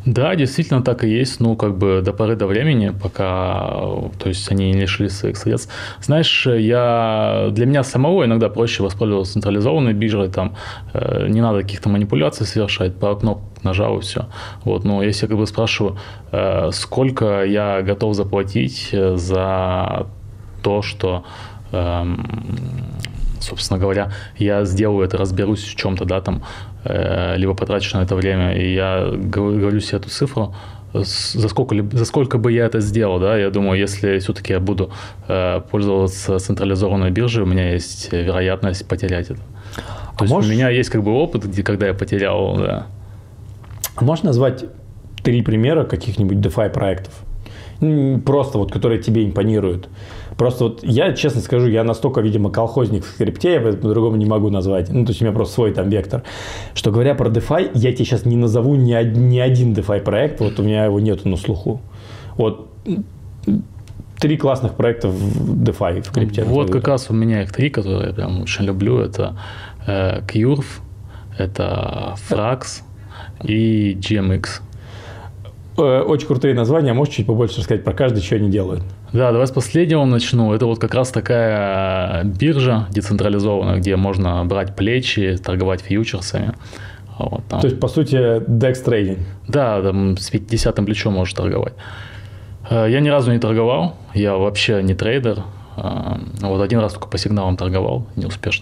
Да, действительно так и есть. Ну, как бы до поры до времени, пока, то есть они не лишились своих средств. Знаешь, я, для меня самого иногда проще воспользоваться централизованной биржей, там э, не надо каких-то манипуляций совершать, пару кнопок нажал и все. Вот, но если я как бы спрашиваю, э, сколько я готов заплатить за то, что э, собственно говоря, я сделаю это, разберусь в чем-то, да, там, э, либо потрачу на это время, и я говорю себе эту цифру, за сколько, за сколько бы я это сделал, да, я думаю, если все-таки я буду э, пользоваться централизованной биржей, у меня есть вероятность потерять это. То а есть можешь... у меня есть как бы опыт, где, когда я потерял, да. А можешь назвать три примера каких-нибудь DeFi проектов? Просто вот, которые тебе импонируют. Просто вот я, честно скажу, я настолько, видимо, колхозник в скрипте, я по-другому не могу назвать. Ну, то есть у меня просто свой там вектор. Что говоря про DeFi, я тебе сейчас не назову ни, ни один DeFi проект, вот у меня его нету на слуху. Вот три классных проекта в DeFi, в крипте. Вот как раз у меня их три, которые я прям очень люблю. Это э, Curve, это Frax и джи эм икс. Очень крутые названия. Можешь чуть побольше рассказать про каждый, что они делают? Да, давай с последнего начну. Это вот как раз такая биржа децентрализованная, где можно брать плечи, торговать фьючерсами. Вот, То есть, по сути, декс трейдинг. Да, там с пятидесятым плечом можешь торговать. Я ни разу не торговал, я вообще не трейдер. Вот один раз только по сигналам торговал, неуспешно.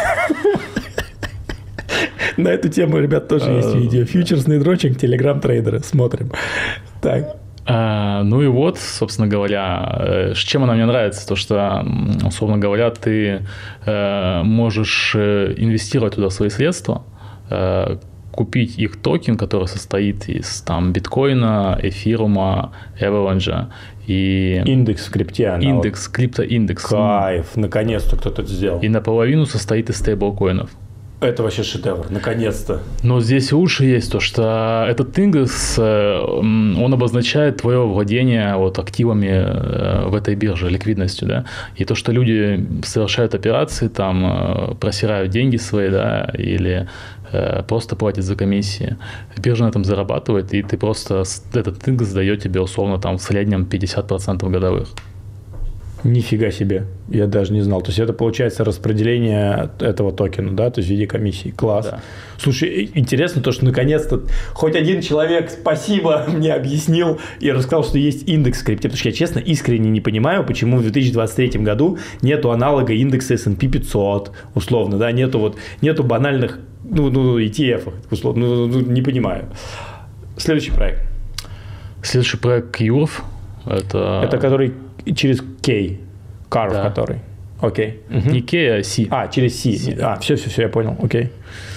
На эту тему, ребят, тоже есть видео. Фьючерсный дрочинг, телеграм-трейдеры. Смотрим. Так. А, ну и вот, собственно говоря, с чем она мне нравится, то что, условно говоря, ты э, можешь инвестировать туда свои средства, э, купить их токен, который состоит из там биткоина, эфирума, Avalanche и... Индекс в крипте. Аналог. Индекс, криптоиндекс. Кайф, наконец-то кто-то это сделал. И наполовину состоит из стейблкоинов. Это вообще шедевр, наконец-то. Но здесь лучше есть то, что этот индекс, он обозначает твое владение вот активами в этой бирже, ликвидностью, да, и то, что люди совершают операции, там, просирают деньги свои, да, или просто платят за комиссии. Биржа на этом зарабатывает, и ты просто, этот индекс дает тебе условно там в среднем пятьдесят процентов годовых. Нифига себе, я даже не знал. То есть это получается распределение этого токена, да, то есть в виде комиссии. Класс. Да. Слушай, интересно то, что наконец-то хоть один человек, спасибо, мне объяснил и рассказал, что есть индекс в крипте. Потому что я, честно, искренне не понимаю, почему в две тысячи двадцать третьем году нету аналога индекса эс энд пи пятьсот, условно, да, нету вот, нету банальных, ну, ну, и ти эф, условно, ну, ну, не понимаю. Следующий проект. Следующий проект Curve. Это... это который через K, Carve, да. Который. Окей. Угу. Не K, а C. А, через C. C да. А, все, все, все, я понял. Окей.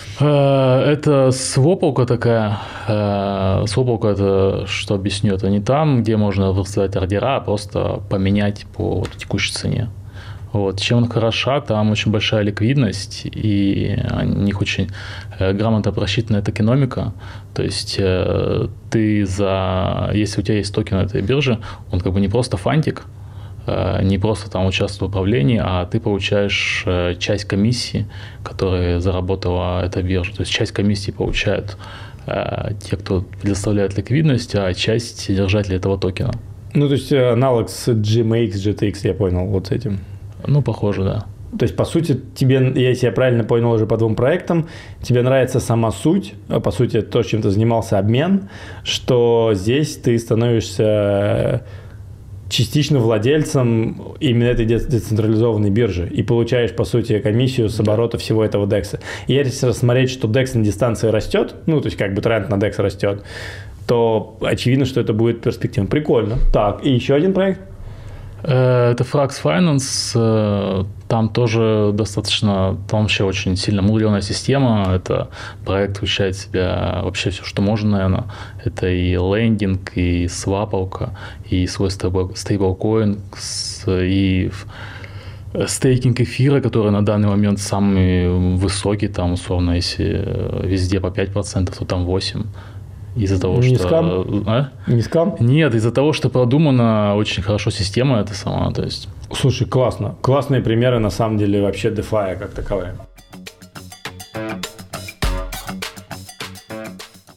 Это свополка такая. Свополка, это, что объясню, это не там, где можно выставить ордера, а просто поменять по вот текущей цене. Вот. Чем она хороша, там очень большая ликвидность, и у них очень грамотно просчитанная токеномика. То есть ты за, если у тебя есть токен этой биржи, он как бы не просто фантик, не просто там участвует в управлении, а ты получаешь часть комиссии, которую заработала эта биржа. То есть часть комиссии получают те, кто предоставляет ликвидность, а часть держатели этого токена. Ну, то есть аналог с джи эм икс, джи ти экс, я понял, вот с этим. Ну, похоже, да. То есть, по сути, тебе, я тебя правильно понял уже по двум проектам, тебе нравится сама суть, по сути, то, чем ты занимался, обмен, что здесь ты становишься частично владельцем именно этой децентрализованной биржи и получаешь, по сути, комиссию с оборота всего этого декса. И если рассмотреть, что декс на дистанции растет, ну, то есть, как бы тренд на декс растет, то очевидно, что это будет перспективно. Прикольно. Так, и еще один проект? Это Frax Finance, там тоже достаточно, там вообще очень сильно мудреная система, это проект включает в себя вообще все, что можно, наверное, это и лендинг, и свапалка, и свой стейблкоин, и стейкинг эфира, который на данный момент самый высокий, там условно, если везде по пять процентов, то там восемь процентов. Из-за того, не что... скам? А? Не скам? Нет, из-за того, что продумана очень хорошо система эта сама, то есть... Слушай, классно. Классные примеры, на самом деле, вообще DeFi как таковые.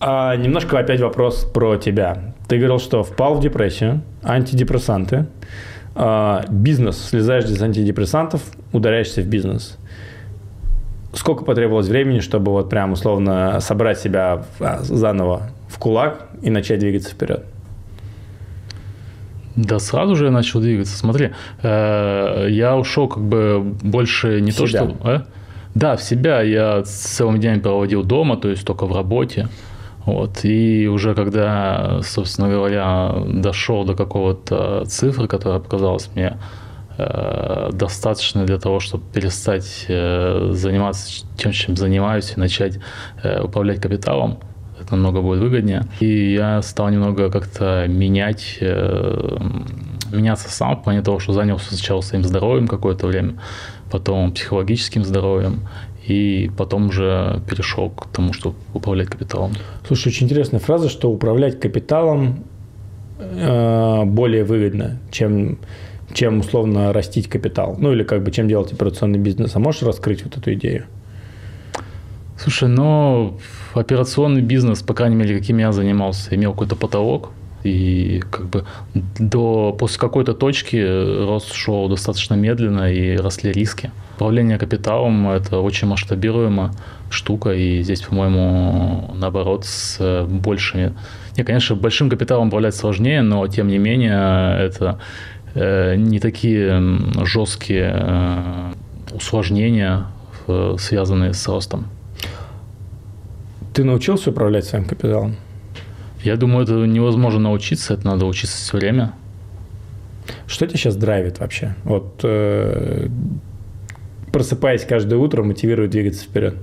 А, немножко опять вопрос про тебя. Ты говорил, что впал в депрессию, антидепрессанты, а, бизнес, слезаешь с антидепрессантов, ударяешься в бизнес. Сколько потребовалось времени, чтобы вот прям условно собрать себя заново в кулак и начать двигаться вперед? Да сразу же я начал двигаться. Смотри, э, я ушел как бы больше не в то, себя. что... Э? Да, в себя. Я целыми днями проводил дома, то есть только в работе. Вот. И уже когда, собственно говоря, дошел до какого-то цифры, которая показалась мне э, достаточной для того, чтобы перестать э, заниматься тем, чем занимаюсь, и начать э, управлять капиталом, это намного будет выгоднее. И я стал немного как-то менять, э, меняться сам в плане того, что занялся сначала своим здоровьем какое-то время, потом психологическим здоровьем, и потом уже перешел к тому, чтобы управлять капиталом. Слушай, очень интересная фраза, что управлять капиталом э, более выгодно, чем, чем условно растить капитал. Ну или как бы чем делать операционный бизнес. А можешь раскрыть вот эту идею? Слушай, ну, операционный бизнес, по крайней мере, каким я занимался, имел какой-то потолок. И как бы до, после какой-то точки рост шел достаточно медленно и росли риски. Управление капиталом – это очень масштабируемая штука. И здесь, по-моему, наоборот, с большими… Не, конечно, большим капиталом управлять сложнее, но, тем не менее, это э, не такие жесткие э, усложнения, э, связанные с ростом. Ты научился управлять своим капиталом? Я думаю, это невозможно научиться, это надо учиться все время. Что тебя сейчас драйвит вообще? Вот э, просыпаясь каждое утро, мотивирует двигаться вперед?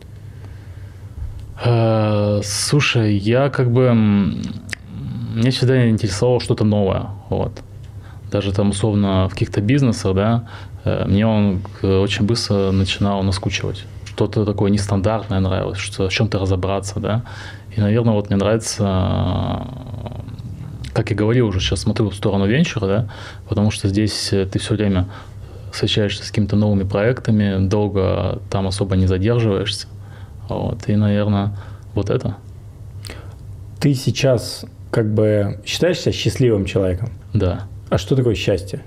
Э, слушай, я как бы… Меня всегда интересовало что-то новое. Вот. Даже там условно в каких-то бизнесах, да, мне он очень быстро начинал наскучивать. Что-то такое нестандартное нравилось, что в чем-то разобраться, да. И, наверное, вот мне нравится, как я говорил уже, сейчас смотрю в сторону венчура, да, потому что здесь ты все время встречаешься с какими-то новыми проектами, долго там особо не задерживаешься. Вот. И, наверное, вот это. Ты сейчас как бы считаешь себя счастливым человеком? Да. А что такое счастье?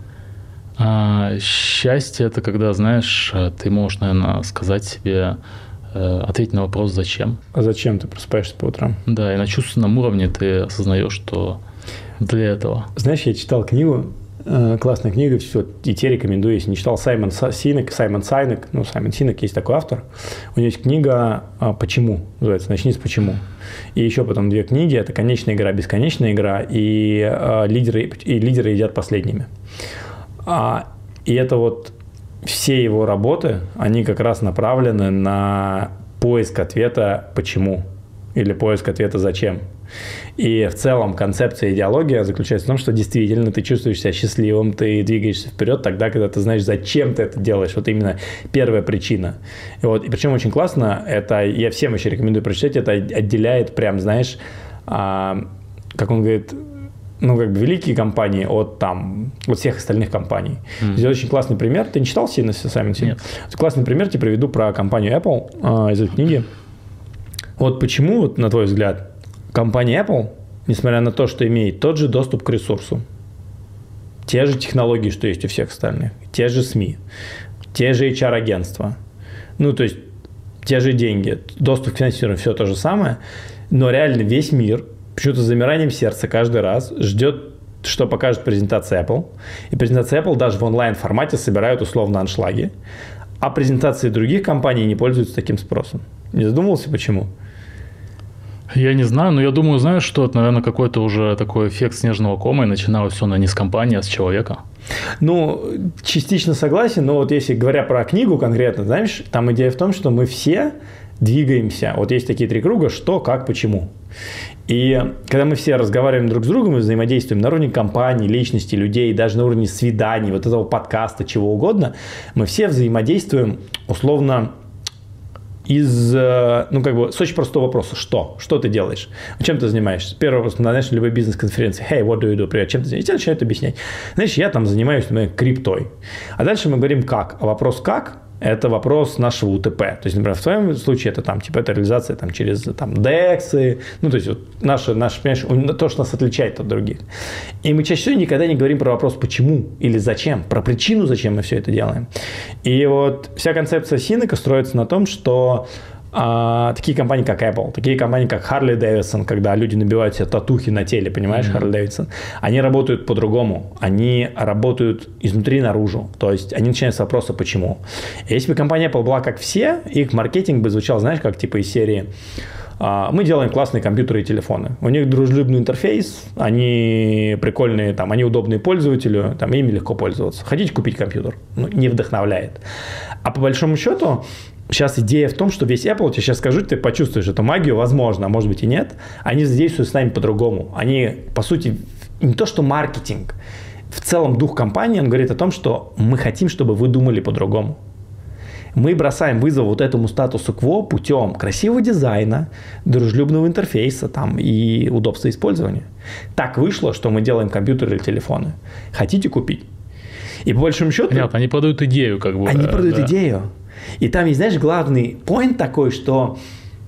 А, счастье – это когда, знаешь, ты можешь, наверное, сказать себе, э, ответить на вопрос «зачем?». А зачем ты просыпаешься по утрам? Да, и на чувственном уровне ты осознаешь, что для этого. Знаешь, я читал книгу, э, классная книга, все, и тебе рекомендую, если не читал, Саймон Синек, Саймон Сайнек, ну, Саймон Синек, есть такой автор, у него есть книга «Почему?», называется, «Начни с почему?». И еще потом две книги, это «Конечная игра», «Бесконечная игра» и э, «Лидеры, и «Лидеры едят последними». А, и это вот все его работы, они как раз направлены на поиск ответа «почему?» или поиск ответа «зачем?». И в целом концепция идеология заключается в том, что действительно ты чувствуешь себя счастливым, ты двигаешься вперед тогда, когда ты знаешь, зачем ты это делаешь. Вот именно первая причина. И, вот, и причем очень классно, это я всем еще рекомендую прочитать, это отделяет прям, знаешь, а, как он говорит, ну, как бы великие компании от там, от всех остальных компаний. Mm-hmm. Здесь очень классный пример. Ты не читал сильно Саймон Синек? Нет. Классный пример тебе приведу про компанию Apple э, из этой книги. Вот почему, вот, на твой взгляд, компания Apple, несмотря на то, что имеет тот же доступ к ресурсу, те же технологии, что есть у всех остальных, те же СМИ, те же эйч ар-агентства, ну, то есть те же деньги, доступ к финансированию, все то же самое, но реально весь мир почему-то с замиранием сердца каждый раз ждет, что покажет презентация Apple. И презентация Apple даже в онлайн-формате собирают условно аншлаги. А презентации других компаний не пользуются таким спросом. Не задумывался, почему? Я не знаю, но я думаю, знаешь, что это, наверное, какой-то уже такой эффект снежного кома, и начиналось все не с компании, а с человека. Ну, частично согласен, но вот если говоря про книгу конкретно, знаешь, там идея в том, что мы все двигаемся. Вот есть такие три круга: что, как, почему. И когда мы все разговариваем друг с другом и взаимодействуем на уровне компаний, личности, людей, даже на уровне свиданий, вот этого подкаста, чего угодно, мы все взаимодействуем условно из, ну, как бы, с очень простого вопроса. Что? Что ты делаешь? Чем ты занимаешься? Первый вопрос на, знаешь, любой бизнес-конференции. Hey, what do you do? Привет, чем ты занимаешься? И тебе начинают объяснять. Знаешь, я там занимаюсь, например, криптой. А дальше мы говорим как. А вопрос как это вопрос нашего УТП. То есть, например, в твоем случае это там, типа, это реализация там, через там, дексы, ну, то есть, вот наше, наше, понимаешь, то, что нас отличает от других. И мы чаще всего никогда не говорим про вопрос «почему» или «зачем», про причину, зачем мы все это делаем. И вот вся концепция Синека строится на том, что а, такие компании, как Apple, такие компании, как Harley Davidson, когда люди набивают себе татухи на теле, понимаешь, mm-hmm. Harley Davidson, они работают по-другому. Они работают изнутри наружу. То есть они начинают с вопроса «почему?». И если бы компания Apple была как все, их маркетинг бы звучал, знаешь, как типа из серии «Мы делаем классные компьютеры и телефоны». У них дружелюбный интерфейс, они прикольные, там, они удобные пользователю, там, ими легко пользоваться. Хотите купить компьютер? Ну, не вдохновляет. А по большому счету, сейчас идея в том, что весь Apple, я сейчас скажу, ты почувствуешь эту магию, возможно, а может быть и нет, они задействуют с нами по-другому. Они, по сути, не то что маркетинг, в целом дух компании, он говорит о том, что мы хотим, чтобы вы думали по-другому. Мы бросаем вызов вот этому статусу кво путем красивого дизайна, дружелюбного интерфейса там, и удобства использования. Так вышло, что мы делаем компьютеры или телефоны. Хотите купить? И по большому счету... Понятно, они продают идею как бы. Они продают да. идею. И там есть, знаешь, главный поинт такой, что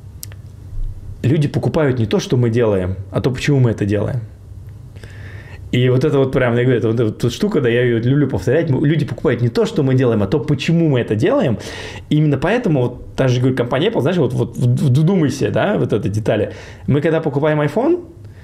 люди покупают не то, что мы делаем, а то, почему мы это делаем. И вот это вот прям, я говорю, это вот эта вот штука, да, я ее люблю повторять, люди покупают не то, что мы делаем, а то, почему мы это делаем. И именно поэтому, вот, даже, говорю, компания Apple, знаешь, вот, вот вдумайся, да, вот эти детали. Мы когда покупаем iPhone,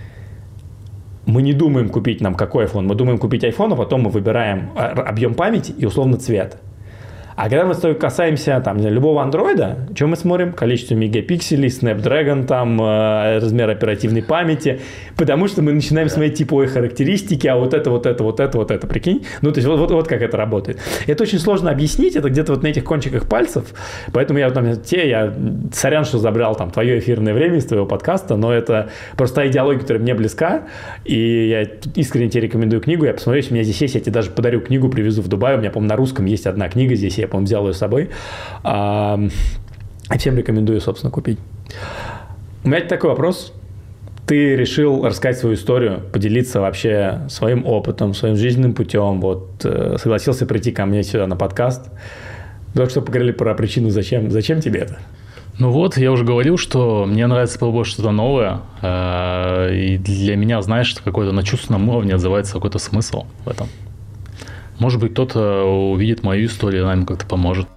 мы не думаем купить нам какой iPhone, мы думаем купить iPhone, а потом мы выбираем объем памяти и условно цвет. А когда мы касаемся там, не знаю, любого андроида, что мы смотрим? Количество мегапикселей, Snapdragon, там, э, размер оперативной памяти, потому что мы начинаем смотреть типовые характеристики, а вот это, вот это, вот это, вот это, прикинь? Ну, то есть вот, вот, вот как это работает. Это очень сложно объяснить, это где-то вот на этих кончиках пальцев, поэтому я там, те, я сорян, что забрал там твое эфирное время из твоего подкаста, но это просто та идеология, которая мне близка, и я искренне тебе рекомендую книгу, я посмотрю, если у меня здесь есть, я тебе даже подарю книгу, привезу в Дубай, у меня, по-моему, на русском есть одна книга здесь, я, по-моему, взял ее с собой. А, и всем рекомендую, собственно, купить. У меня такой вопрос. Ты решил рассказать свою историю, поделиться вообще своим опытом, своим жизненным путем. Вот, э, согласился прийти ко мне сюда на подкаст. Только что поговорили про причину, зачем, зачем тебе это? Ну вот, я уже говорил, что мне нравится пробовать что-то новое. Э, и для меня, знаешь, какой-то на чувственном уровне отзывается какой-то смысл в этом. Может быть, кто-то увидит мою историю, она ему как-то поможет.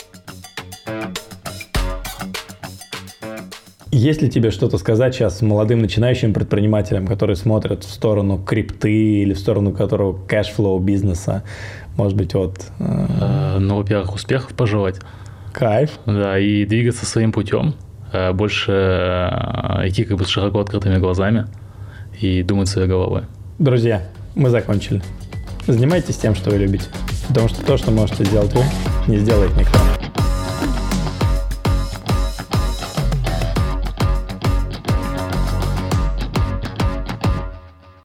Есть ли тебе что-то сказать сейчас молодым начинающим предпринимателям, которые смотрят в сторону крипты или в сторону которого кэшфлоу бизнеса? Может быть, вот... Э, ну, во-первых, успехов пожелать. Кайф. Да, и двигаться своим путем. Больше идти как бы с широко открытыми глазами и думать своей головой. Друзья, мы закончили. Занимайтесь тем, что вы любите. Потому что то, что можете сделать вы, не сделает никто.